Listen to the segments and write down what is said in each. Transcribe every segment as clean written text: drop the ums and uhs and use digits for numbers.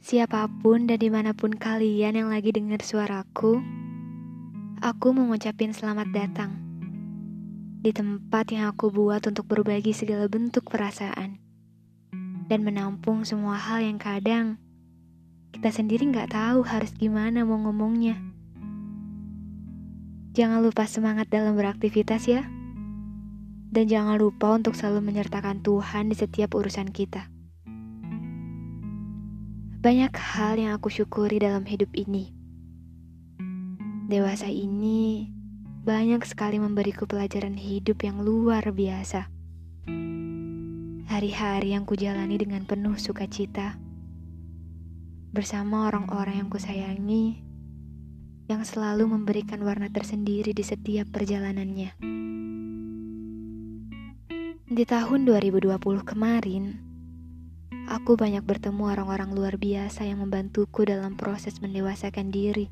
Siapapun dan dimanapun kalian yang lagi dengar suaraku, aku mau ngucapin selamat datang di tempat yang aku buat untuk berbagi segala bentuk perasaan dan menampung semua hal yang kadang kita sendiri gak tahu harus gimana mau ngomongnya. Jangan lupa semangat dalam beraktivitas ya, dan jangan lupa untuk selalu menyertakan Tuhan di setiap urusan kita. Banyak hal yang aku syukuri dalam hidup ini. Dewasa ini banyak sekali memberiku pelajaran hidup yang luar biasa. Hari-hari yang kujalani dengan penuh sukacita bersama orang-orang yang kusayangi, yang selalu memberikan warna tersendiri di setiap perjalanannya. Di tahun 2020 kemarin, aku banyak bertemu orang-orang luar biasa yang membantuku dalam proses mendewasakan diri.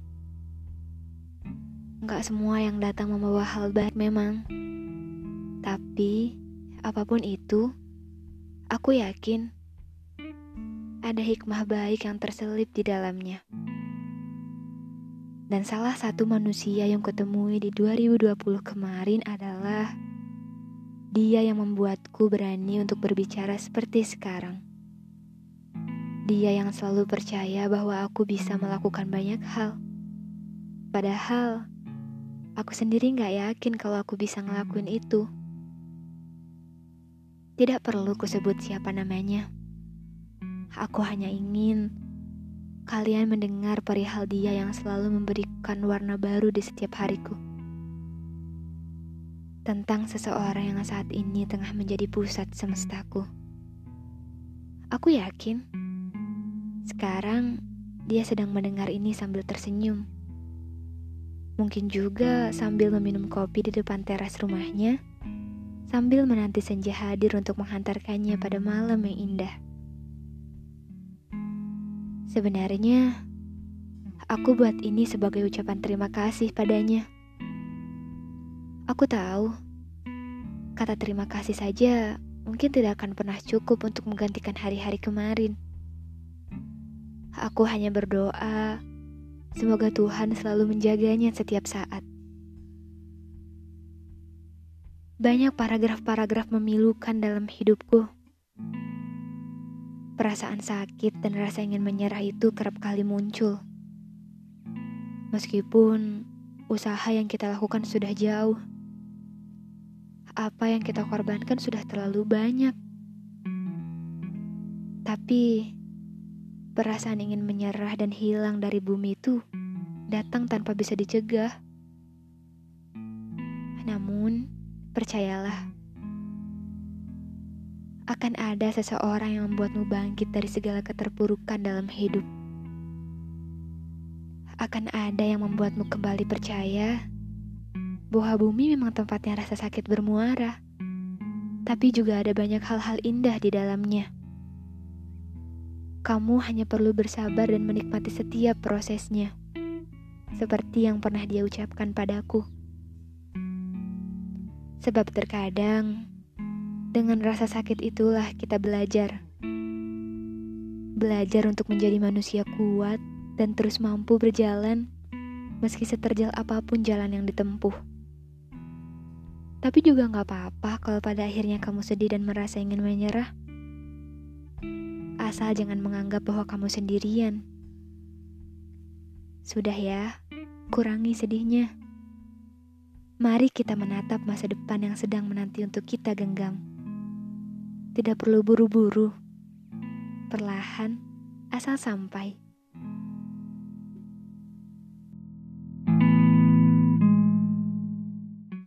Gak semua yang datang membawa hal baik memang, tapi apapun itu, aku yakin ada hikmah baik yang terselip di dalamnya. Dan salah satu manusia yang kutemui di 2020 kemarin adalah dia yang membuatku berani untuk berbicara seperti sekarang. Dia yang selalu percaya bahwa aku bisa melakukan banyak hal. Padahal aku sendiri gak yakin kalau aku bisa ngelakuin itu. Tidak perlu kusebut siapa namanya. Aku hanya ingin kalian mendengar perihal dia yang selalu memberikan warna baru di setiap hariku. Tentang seseorang yang saat ini tengah menjadi pusat semestaku. Aku yakin sekarang dia sedang mendengar ini sambil tersenyum. Mungkin juga sambil meminum kopi di depan teras rumahnya, sambil menanti senja hadir untuk menghantarkannya pada malam yang indah. Sebenarnya, aku buat ini sebagai ucapan terima kasih padanya. Aku tahu, kata terima kasih saja mungkin tidak akan pernah cukup untuk menggantikan hari-hari kemarin. Aku hanya berdoa, semoga Tuhan selalu menjaganya setiap saat. Banyak paragraf-paragraf memilukan dalam hidupku. Perasaan sakit dan rasa ingin menyerah itu kerap kali muncul. Meskipun usaha yang kita lakukan sudah jauh, apa yang kita korbankan sudah terlalu banyak. Tapi perasaan ingin menyerah dan hilang dari bumi itu datang tanpa bisa dicegah. Namun, percayalah, akan ada seseorang yang membuatmu bangkit dari segala keterpurukan dalam hidup. Akan ada yang membuatmu kembali percaya bahwa bumi memang tempatnya rasa sakit bermuara, tapi juga ada banyak hal-hal indah di dalamnya. Kamu hanya perlu bersabar dan menikmati setiap prosesnya, seperti yang pernah dia ucapkan padaku. Sebab terkadang dengan rasa sakit itulah kita belajar. Belajar untuk menjadi manusia kuat dan terus mampu berjalan meski seterjal apapun jalan yang ditempuh. Tapi juga gak apa-apa kalau pada akhirnya kamu sedih dan merasa ingin menyerah. Asal jangan menganggap bahwa kamu sendirian. Sudah ya, kurangi sedihnya. Mari kita menatap masa depan yang sedang menanti untuk kita genggam. Tidak perlu buru-buru. Perlahan, asal sampai.